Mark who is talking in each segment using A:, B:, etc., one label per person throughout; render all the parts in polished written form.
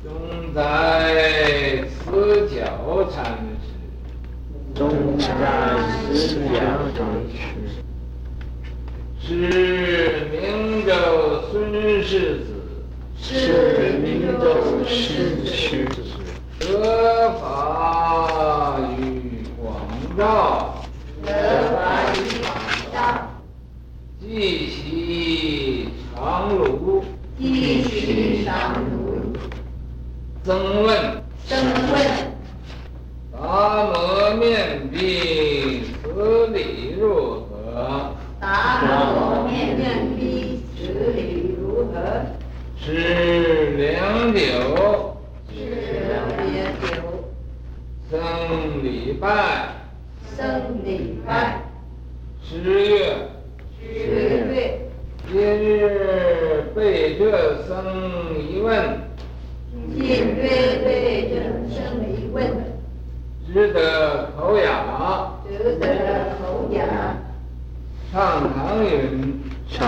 A: 中在辞教禅师，
B: 中在辞教禅师，
A: 是明州孙世子，
B: 是明州孙世子，
A: 得法于广照，继袭长卢，曾问达摩面壁此理如何？是良久，僧礼拜10月，今日被这僧一问，只得口雅。上堂云：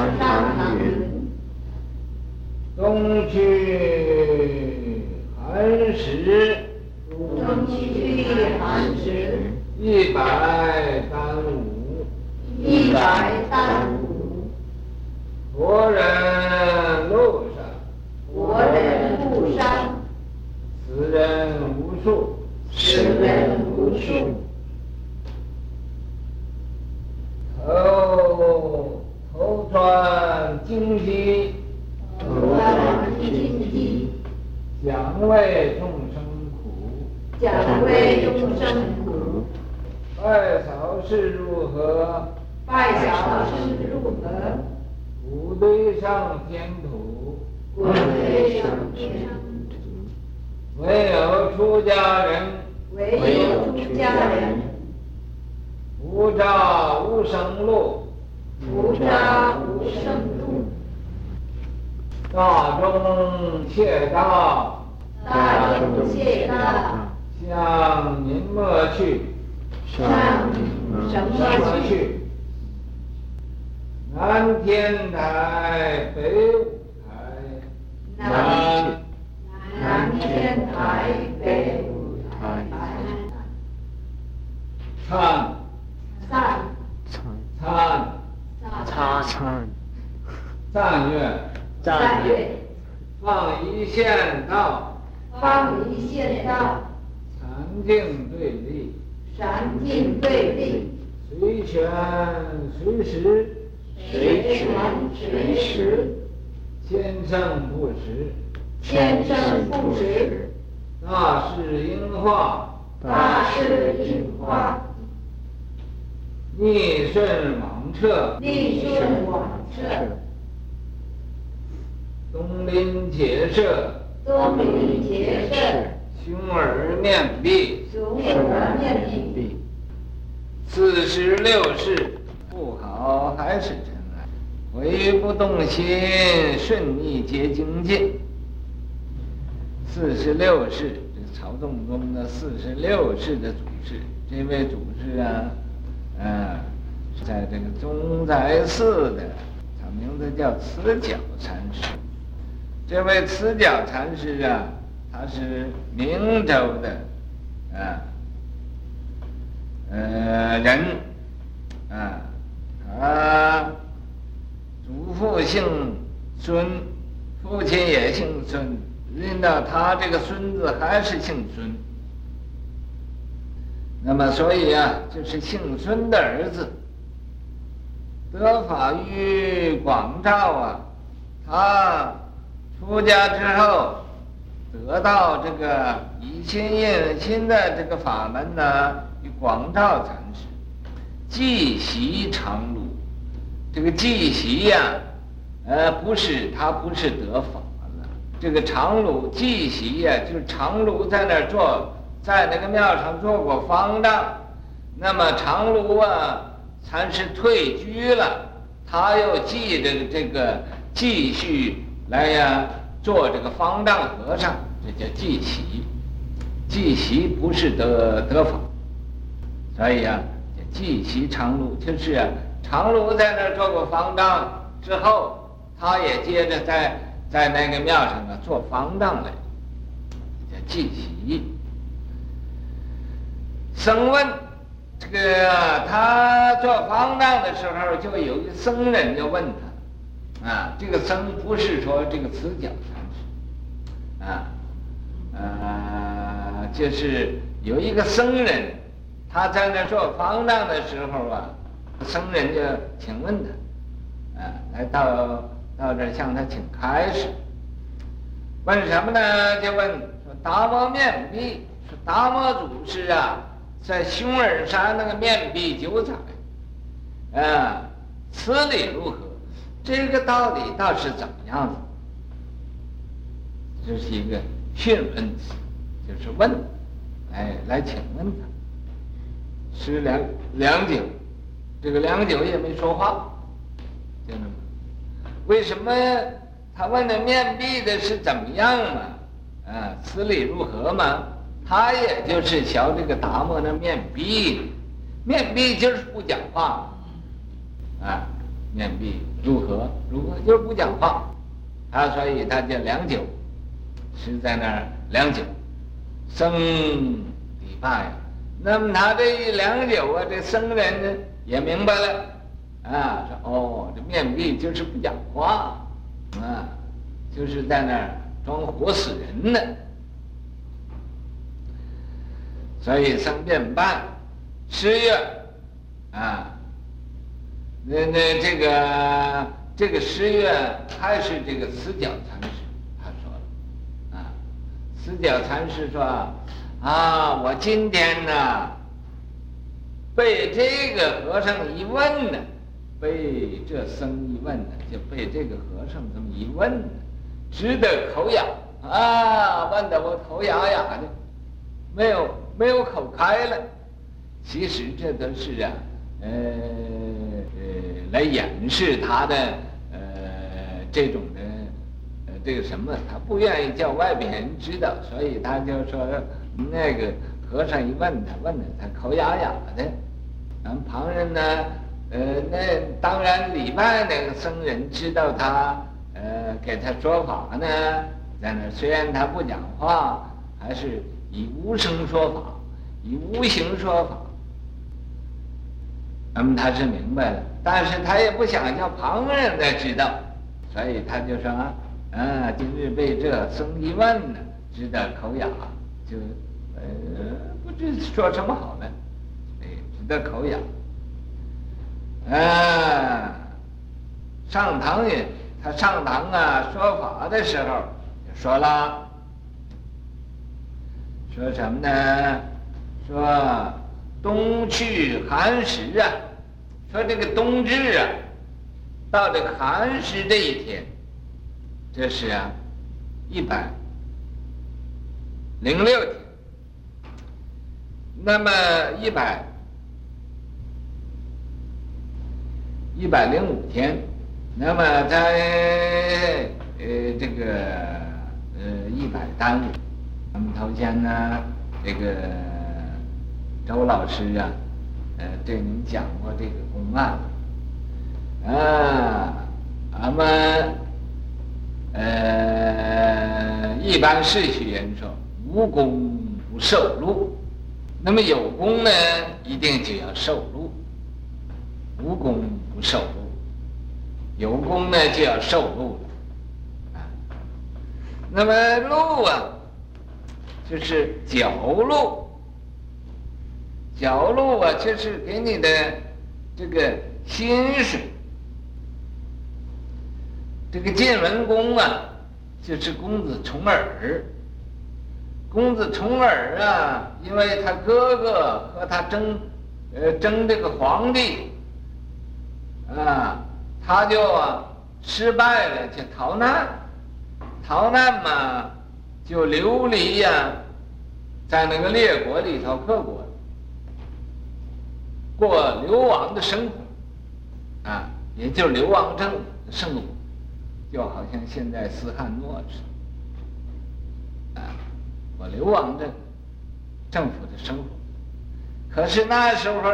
A: 冬去寒食100担五，国人路上，此人无数。头穿荆棘，讲为众生苦。拜扫是如何？五堆上天土，唯有出家人，无照无生路。大众切道，向您莫去。南天台，北五台。赞乐，放一线道，禅境对立，随权随时，千胜不实，大事应化，逆顺往撤，东临结社，胸耳面壁，46事不好还是尘埃，唯不动心，顺逆皆精进。46事，这个曹洞宗的46事的祖师，这位祖师是在这个中宅寺的，他名字叫慈脚禅师。这位慈脚禅师他是明州的人他祖父姓孙，父亲也姓孙，认到他这个孙子还是姓孙，那么所以就是姓孙的儿子得法于广照他出家之后得到这个以心印心的这个法门与广照禅师继习长卢。这个继习他不是得法了，这个长卢继习就是长卢在那儿在那个庙上做过方丈，那么长卢禅师退居了，他又继续来做这个方丈和尚，这叫继习。继习不是得法，所以继习长卢就是长卢在那儿做过方丈之后，他也接着在那个庙上做方丈来。 祭席。僧问这个他做方丈的时候，就有一个僧人就问他啊，这个僧不是说这个慈脚禅师啊，就是有一个僧人，他在那做方丈的时候啊，僧人就请问他啊，来到这向他请开示。问什么呢？就问说达摩面壁，说达摩祖师啊，在熊耳山那个面壁九彩，此理如何？这个道理倒是怎么样子？这是一个询问词，就是问，来请问他。吃良久，这个良久也没说话，就那么。为什么他问的面壁的是怎么样嘛？此理如何嘛？他也就是学这个达摩的面壁，面壁就是不讲话，面壁如何就是不讲话，所以他叫良久，是在那儿良久，僧礼拜呀。那么他这一良久啊，这僧人呢也明白了，说这面壁就是不讲话，就是在那儿装活死人呢。所以僧辩办10月这个10月还是这个慈脚禅师他说了慈脚禅师说我今天呢被这个和尚一问呢，被这僧一问呢，就被这个和尚这么一问呢，直得口痒问得我口痒痒的，没有口开了。其实这都是来掩饰他的这种的这个什么，他不愿意叫外边人知道，所以他就说那个和尚一问他口痒痒的。旁人呢那当然礼拜那个僧人知道他给他说法呢，在那虽然他不讲话，还是以无声说法，以无形说法。那么他是明白了，但是他也不想叫旁人来知道，所以他就说今日被这僧一问呢，知道口哑，就不知说什么好呢，知道口哑。上堂他上堂说法的时候就说了，说什么呢？说冬去寒食说这个冬至到这个寒食这一天，这是106天，那么105天，那么在这个135，我们头先呢这个周老师对您讲过这个公案俺们一般世序人说无功不受禄，那么有功呢一定就要受禄，无功不受禄，有功呢就要受禄了那么禄就是缴禄，缴禄就是给你的这个薪水。这个晋文公就是公子重耳。公子重耳因为他哥哥和他争这个皇帝他就失败了，就逃难嘛，就流离在那个列国里头各国过流亡的生活也就是流亡政的生活，就好像现在斯汉诺似的过流亡政府的生活。可是那时候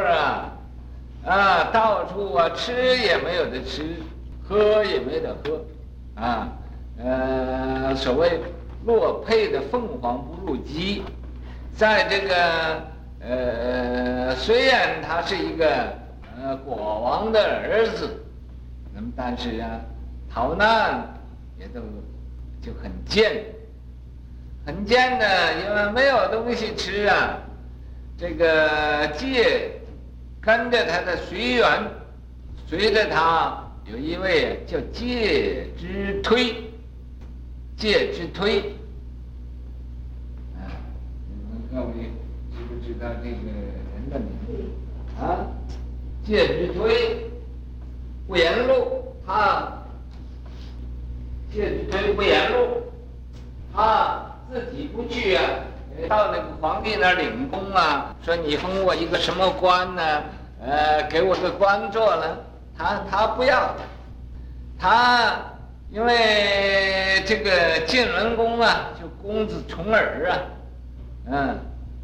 A: 到处吃也没有的吃，喝也没得喝所谓落配的凤凰不入鸡。在这个虽然他是一个国王的儿子，那么但是啊，逃难也都就很贱呢，因为没有东西吃啊。这个介跟着他的随员，随着他有一位叫介之推，你们各位知不知道这个人的名字啊？介之推不言路，介之推不言路，他自己不去啊，到那个皇帝那儿领功啊，说你封我一个什么官呢？给我个官做了，他不要，他因为这个晋文公啊，就公子重耳啊，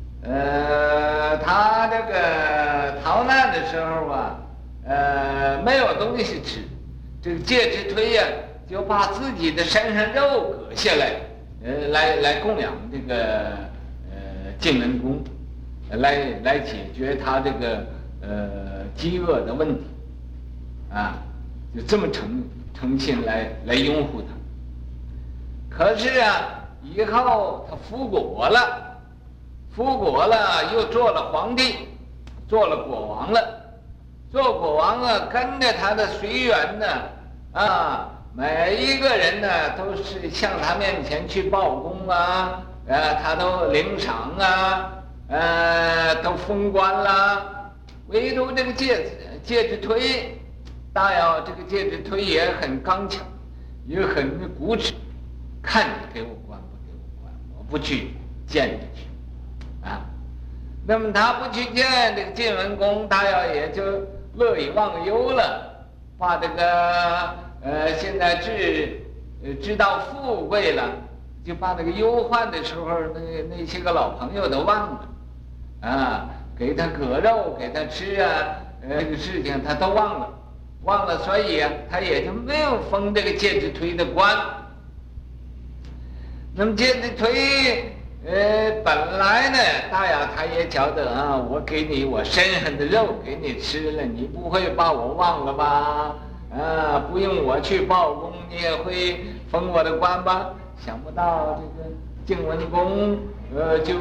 A: 他这个逃难的时候啊，没有东西吃，这个介之推呀，就把自己的身上肉割下来，来供养这个晋文公，来解决他这个饥饿的问题，啊，就这么诚心来拥护他。可是啊，以后他复国了，又做了皇帝，做了国王了。做国王啊，跟着他的随员呢，啊，每一个人呢都是向他面前去报功啊，他都领赏啊，都封官啦。唯独这个介之推，大要这个介之推也很刚强，也很固执，看你给我官不给我官，我不去见你去，啊。那么他不去见这个晋文公，大要也就乐以忘忧了，把这个现在知道富贵了，就把那个忧患的时候那些个老朋友都忘了，啊，给他割肉给他吃啊，这个事情他都忘了，所以啊，他也就没有封这个介之推的官。那么介之推本来呢，大要他也觉得啊，我给你我身上的肉给你吃了，你不会把我忘了吧？啊，不用我去报功，你也会封我的官吧？想不到这个晋文公就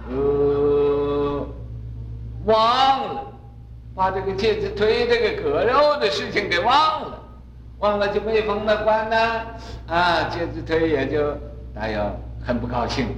A: 忘了，把这个介之推这个割肉的事情给忘了就没封他官呢。啊，介之推也就大要很不高兴。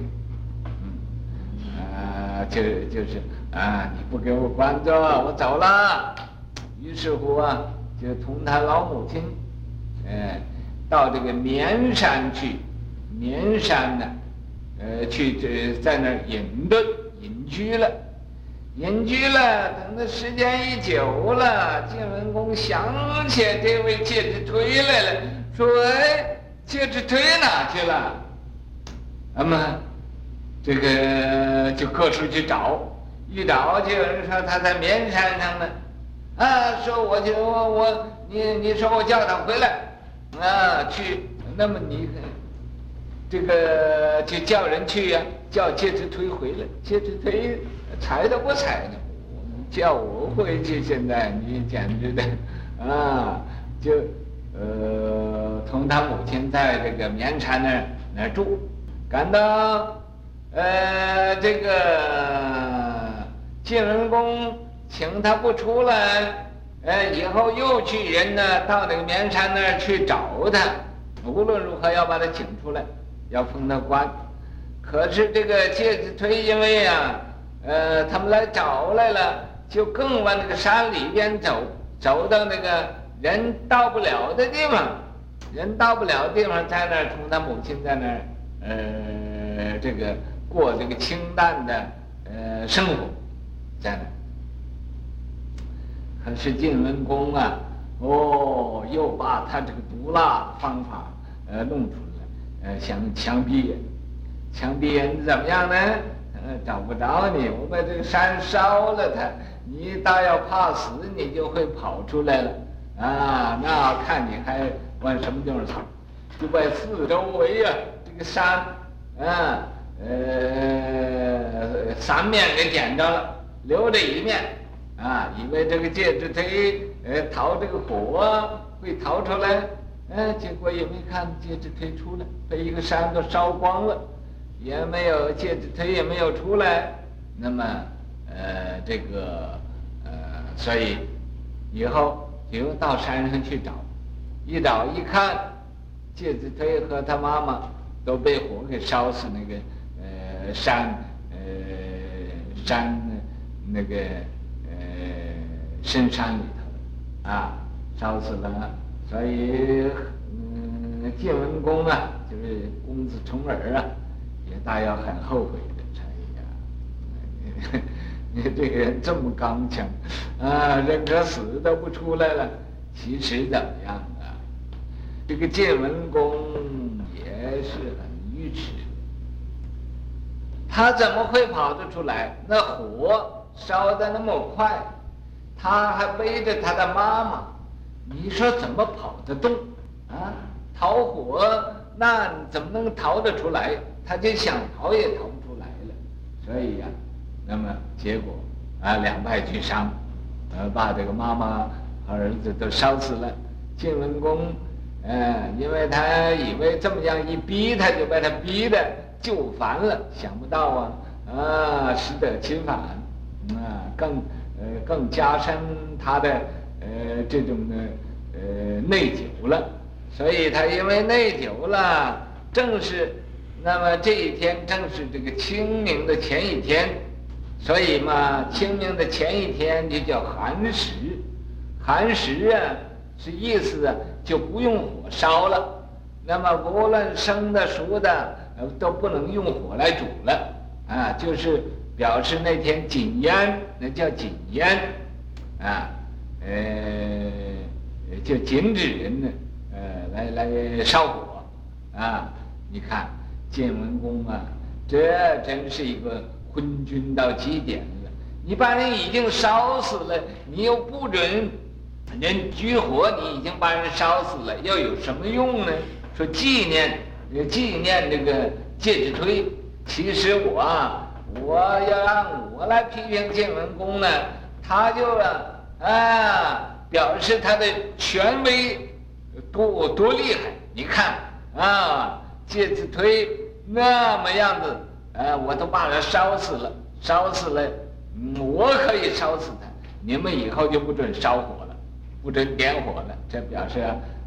A: 就是啊，你不给我官做，我走了。于是乎啊，就同他老母亲，到这个绵山去。绵山呢，去在那儿隐居了。等到时间一久了，晋文公想起这位介之推来了，说：“哎，介之推哪去了？”那么。这个就各处去找，一找就有人说他在绵山上呢，啊，说你说我叫他回来，啊，去，那么你这个就叫人去呀，叫介之推回来，介之推睬都不睬呢，叫我回去，现在你简直的，啊，就同他母亲在这个绵山那儿住，感到。这个晋文公请他不出来，以后又去人呢到那个绵山那儿去找他，无论如何要把他请出来，要封他官。可是这个介之推因为啊，他们来找来了，就更往那个山里边走到那个人到不了的地方，在那儿同他母亲在那儿，这个。过这个清淡的生活，在那。可是晋文公啊，又把他这个毒辣的方法弄出来，想枪毙人怎么样呢？找不着你，我把这个山烧了他，你大要怕死，你就会跑出来了啊！那看你还往什么地方藏？就把四周围啊这个山。 三面给点着了，留着一面，以为这个介之推逃这个火会逃出来，结果也没看介之推出来，被一个山都烧光了，也没有介之推也没有出来。那么所以以后就到山上去找，一找一看，介之推和他妈妈都被火给烧死，那个山那个深山里头烧死了。所以晋文公就是公子重耳也大要很后悔的。你这个人这么刚强人可死都不出来了，其实怎么样这个晋文公也是很愚痴，他怎么会跑得出来？那火烧得那么快，他还背着他的妈妈，你说怎么跑得动逃火那怎么能逃得出来？他就想逃也逃不出来了。所以那么结果两败俱伤，把这个妈妈和儿子都烧死了。晋文公因为他以为这么样一逼，他就把他逼得就烦了，想不到适得其反，更加深他的这种的内疚了。所以他因为内疚了，正是那么这一天正是这个清明的前一天，所以嘛，清明的前一天就叫寒食。寒食是意思就不用火烧了，那么无论生的熟的都不能用火来煮了就是表示那天禁烟，那叫禁烟就禁止人呢来烧火你看晋文公这真是一个昏君到极点了。你把人已经烧死了，你又不准人举火，你已经把人烧死了，要有什么用呢？说纪念这个介之推。其实我要让我来批评晋文公呢，他就表示他的权威多厉害。你看介之推那么样子我都把他烧死了，我可以烧死他，你们以后就不准烧火了，不准点火了。这表示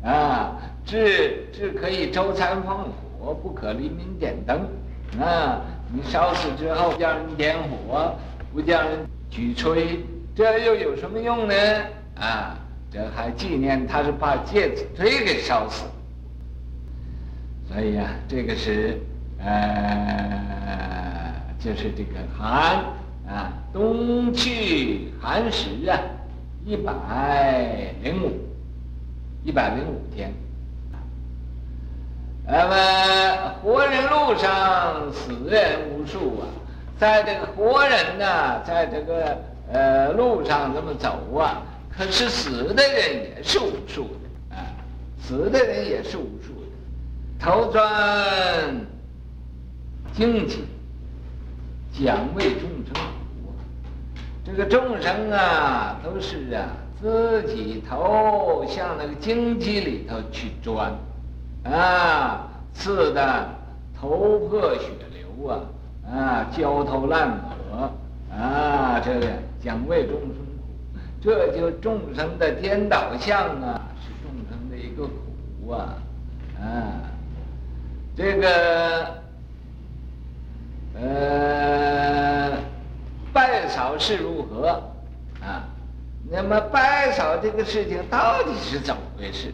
A: 只可以周餐放火，不可黎民点灯你烧死之后叫人点火，不叫人举炊，这又有什么用呢？这还纪念他是把介子推给烧死。所以这个是就是这个寒冬去寒食105天。那么活人路上死人无数在这个活人在这个路上这么走可是死的人也是无数的死的人也是无数的。头钻荆棘，讲为众生苦这个众生都是自己头向那个荆棘里头去钻刺的头破血流焦头烂额这个讲为众生苦，这就众生的颠倒相是众生的一个苦这个拜扫是如何那么拜扫这个事情到底是怎么回事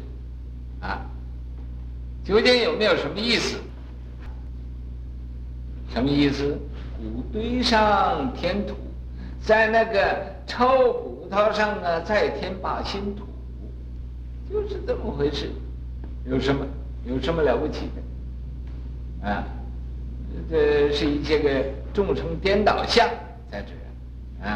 A: 究竟有没有什么意思？什么意思？骨堆上添土，在那个臭骨头上再添把新土，就是这么回事。有什么了不起的这是一些个众生颠倒相在这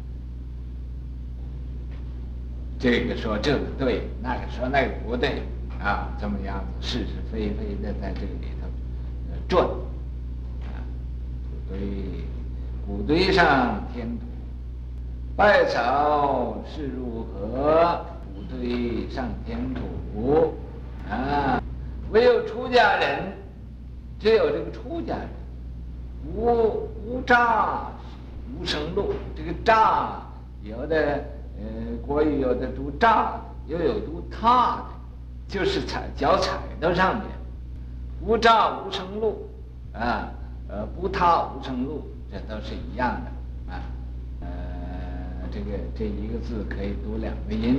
A: 这个说这个对，那个说那个不对这么样子是是非非的在这个里头转堆上添土。百草是如何？土堆上添土啊！唯有出家人，只有这个出家人，无诈无生路。这个诈，有的国语有的读诈的，又有读踏的，就是脚踩到上面。无诈无生路啊，不踏无生路，这都是一样的啊。这一个字可以读两个音。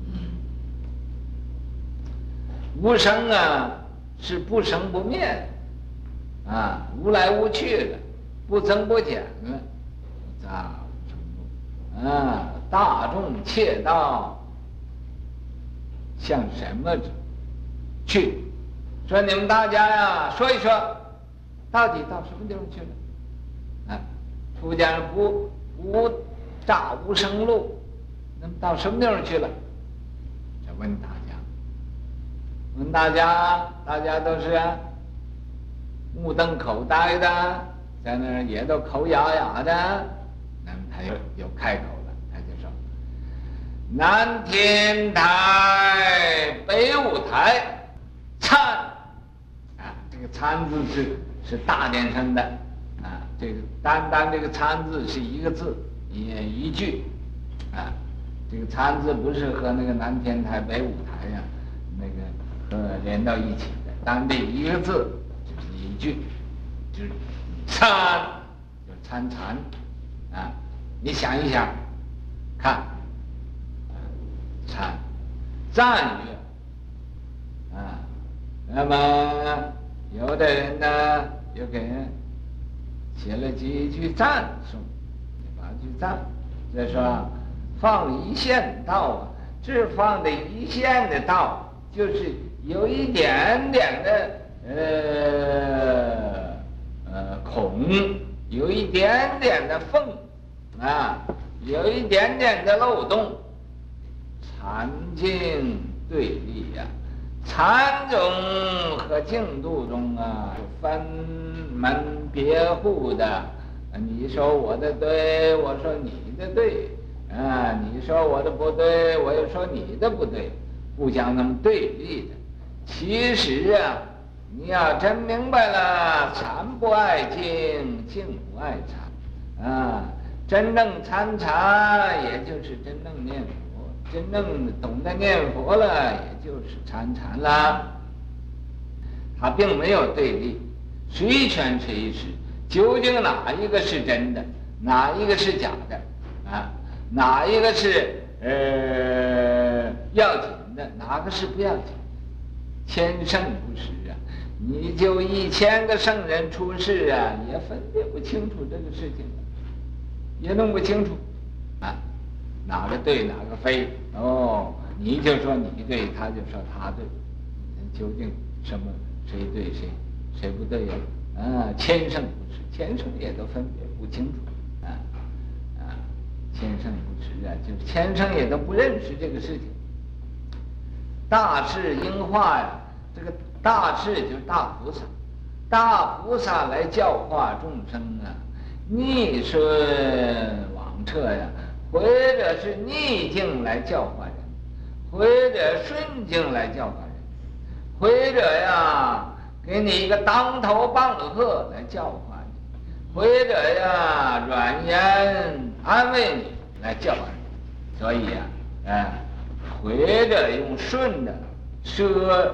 A: 无生啊，是不生不灭的啊，无来无去的，不增不减的，无杂无生路啊。大众切道向什么去？说你们大家呀，说一说，到底到什么地方去了？啊，出家人不诈无生路，那么到什么地方去了？这问大家，问大家，大家都是目瞪口呆的，在那儿也都口哑哑的。那么他又开口了，他就说：南天台，北五台，参啊，这个参字是大点声的啊，这个单这个参字是一个字。一句啊，这个参字不是和那个南天台北五台呀，那个连到一起的，单这一个字就是一句，就是参，就是参禅啊。你想一想，看，参，赞乐啊。那么有的人呢，又给人写了几句赞颂。赞，再说放一线道啊，这放的一线的道，就是有一点点的孔，有一点点的缝啊，有一点点的漏洞。禅净对立呀，禅中和净土中啊，分门别户的。你说我的对，我说你的对，啊，你说我的不对，我又说你的不对，互相那么对立的。其实啊，你要真明白了，禅不爱净，净不爱禅，啊，真正参禅，也就是真正念佛，真正懂得念佛了，也就是参禅了。它并没有对立，谁权谁实。究竟哪一个是真的，哪一个是假的啊？哪一个是要紧的，哪个是不要紧的？千圣不实啊！你就1000个圣人出世啊，也分辨不清楚这个事情，也弄不清楚啊，哪个对哪个非？哦，你就说你对，他就说他对，究竟什么谁对谁不对呀？啊，千圣不实，千圣也都分别不清楚，千圣不实啊，就是千圣也都不认识这个事情。大士应化呀，这个大士就是大菩萨，大菩萨来教化众生啊，逆顺往撤呀，或者是逆境来教化人，或者顺境来教化人，或者呀。给你一个当头棒喝来教化你，或者呀软言安慰你来教化你，所以呀，或者用顺的摄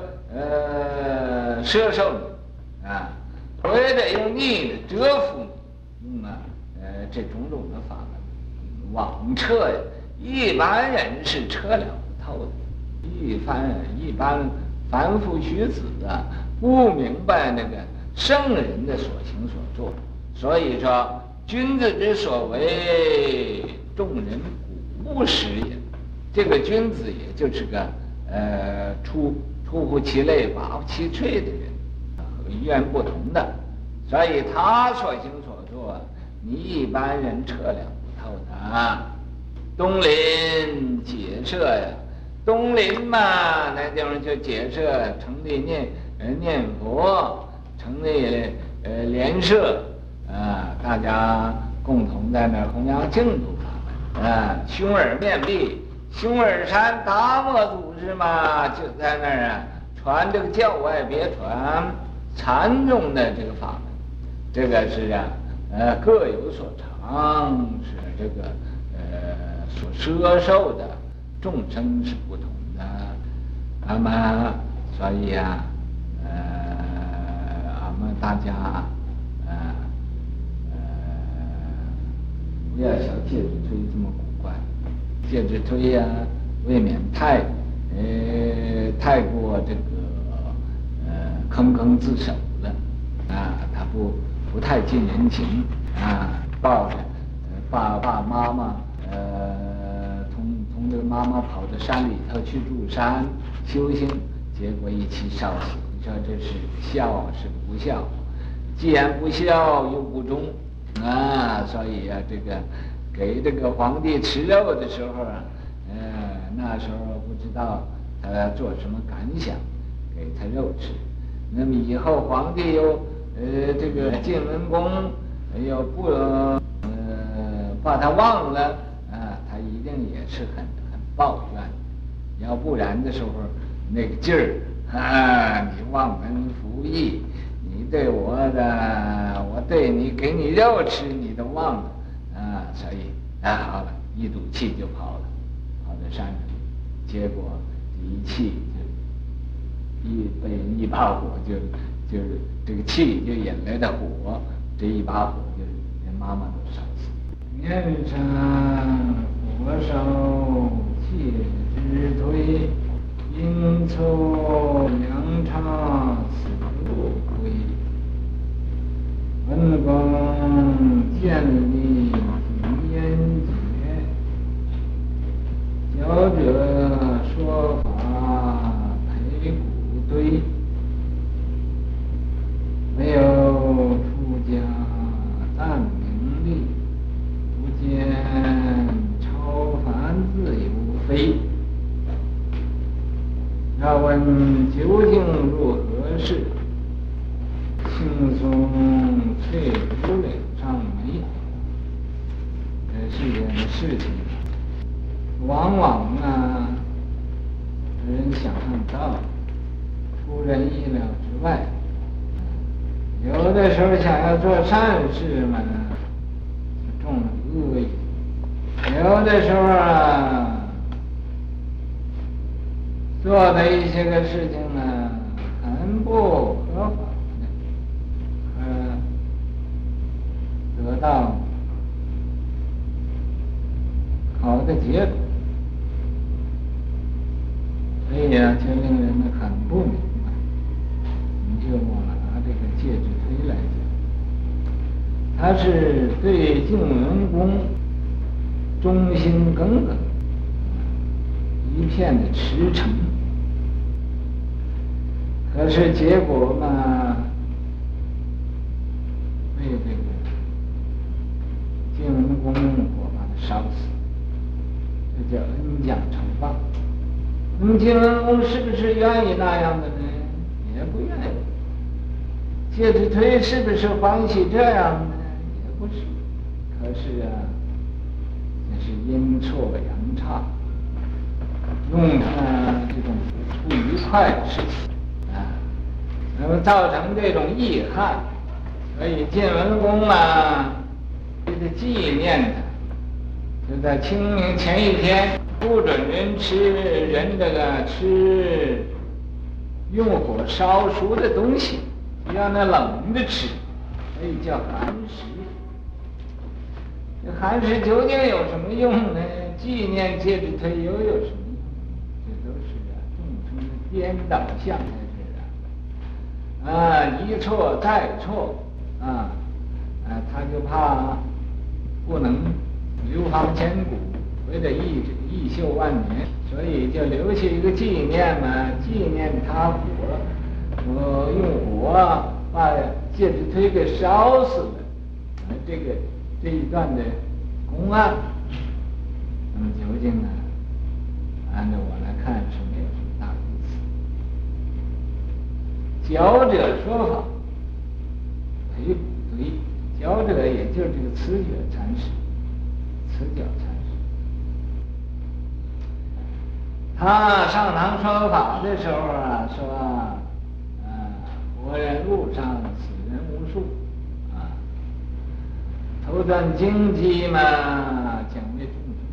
A: 受你啊，或者用逆的折服你，这种种的法门往撤呀，一般人是撤了不透的，一般凡夫俗子啊。不明白那个圣人的所行所作，所以说君子之所为，众人古不识也。这个君子也就是个出乎其类拔乎其萃的人，和语言不同的，所以他所行所作，你一般人彻了不透的啊。东林解舍呀，东林嘛，那地方就解舍成立念佛，成立联社啊，大家共同在那儿弘扬净土法门。兄尔面壁，兄尔山达摩祖师嘛，就在那儿传这个教外别传禅宗的这个法门。这个是各有所长，是这个所摄受的众生是不同的。那么所以俺们大家不要小戒指推这么古怪，戒指推未免太过这个坑坑自守了他不太近人情抱着爸爸妈妈同这个妈妈跑到山里头去入山修行，结果一起烧死。你说这是孝是不孝？既然不孝又不忠所以这个给这个皇帝吃肉的时候那时候不知道他做什么感想，给他肉吃。那么以后皇帝又这个晋文公又不把他忘了他一定也是很抱怨。要不然的时候那个劲儿你忘恩负义，你对我的，我对你给你肉吃你都忘了所以好了，一赌气就跑了，跑到山上，结果一气就被人一把火就是这个气就引来的火，这一把火就连妈妈都烧死。面上火烧戒指推，阴错阳差死不归。文公建立平烟节，教者说法赔骨堆。没有出家占名利，不见超凡自由非。要问究竟如何事？轻松翠竹岭上梅。世间的事情往往人想象不到，出人意料之外。有的时候想要做善事嘛，就中了恶意；有的时候做的一些个事情很不合法的，得到好的结果，所以就令人很不明白。你就拿这个戒指推来讲，他是对晋文公忠心耿耿，一片的驰骋。可是结果被这个晋文公用火把他烧死，这叫恩将仇报。那么晋文公是不是愿意那样的呢？也不愿意。戒指推是不是欢喜这样呢？也不是。可是那是阴错阳差，用这种不愉快的事情那么造成这种遗憾。所以晋文公为了纪念他，就在清明前一天不准人吃用火烧熟的东西，要那冷的吃，所以叫寒食。这寒食究竟有什么用呢？纪念戒指推又有什么用？这都是众生的颠倒相在这一错再错他就怕不能流芳千古，为了益寿万年，所以就留下一个纪念纪念他用火把戒指推给烧死了。这一段的公案，那么究竟按照我来看是没有什么大意思。教者说法赔骨堆， 教者也就是这个慈觉禅师，慈觉禅师。他上堂说法的时候啊，说活人路上死人无数啊，头断经济嘛，讲为众生。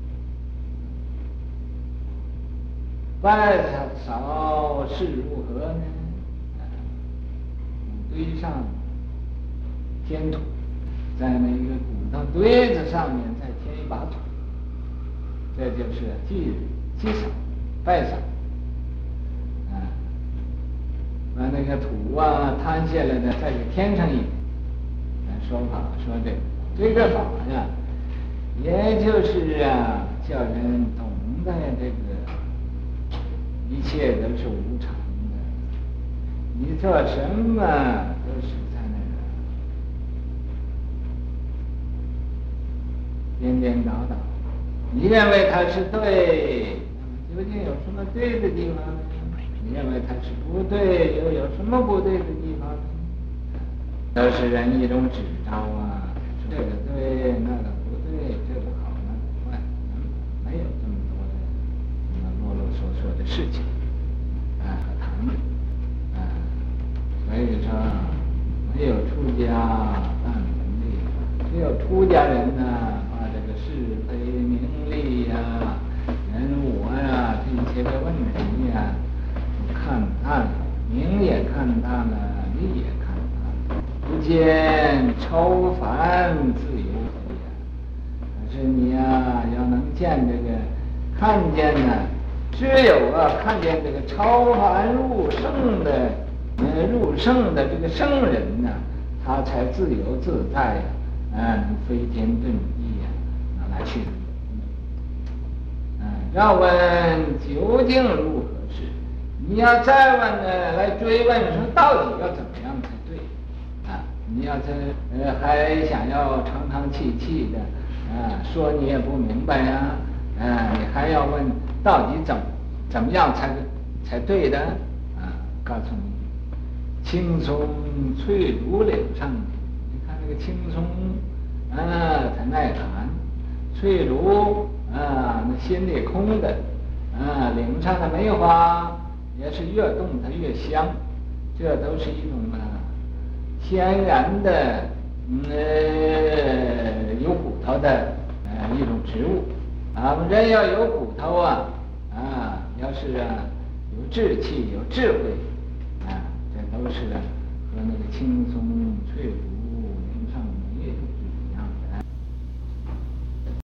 A: 外少是如何呢？骨堆上添土，在那个骨头堆子上面再添一把土，这就是祭扫、拜扫。把那个土啊摊下来的，再给添上一点。说法说这个法呀，也就是啊，叫人懂得这个一切都是无常的，你做什么都是在那个颠颠倒倒。你认为它是对，究竟有什么对的地方呢？你认为它是不对，又有什么不对的地方呢？都是人一种指招啊，这个对，那个不对，这个好，那个坏，没有这么多的啰啰嗦嗦的事情和谈论所以说没有出家办门利，只有出家人呢，把这个是非名利呀、人我呀这些个问题呀看淡了，名也看淡了，利也看淡了，不见超凡自由飞呀。可是你呀，要能见这个，看见呢，只有看见这个超凡入圣的，入圣的这个圣人呢，他才自由自在呀，能飞天遁地呀，来去。要问究竟如何事？你要再问呢，来追问说到底要怎么样才对你要是还想要长长气气的说你也不明白呀你还要问到底怎么样才对的告诉你，青松翠竹柳上，你看那个青松它耐寒，翠竹那心里空的岭上的梅花也是越动它越香，这都是一种天然的有骨头的一种植物人要有骨头要是有志气有智慧这都是和那个青松翠竹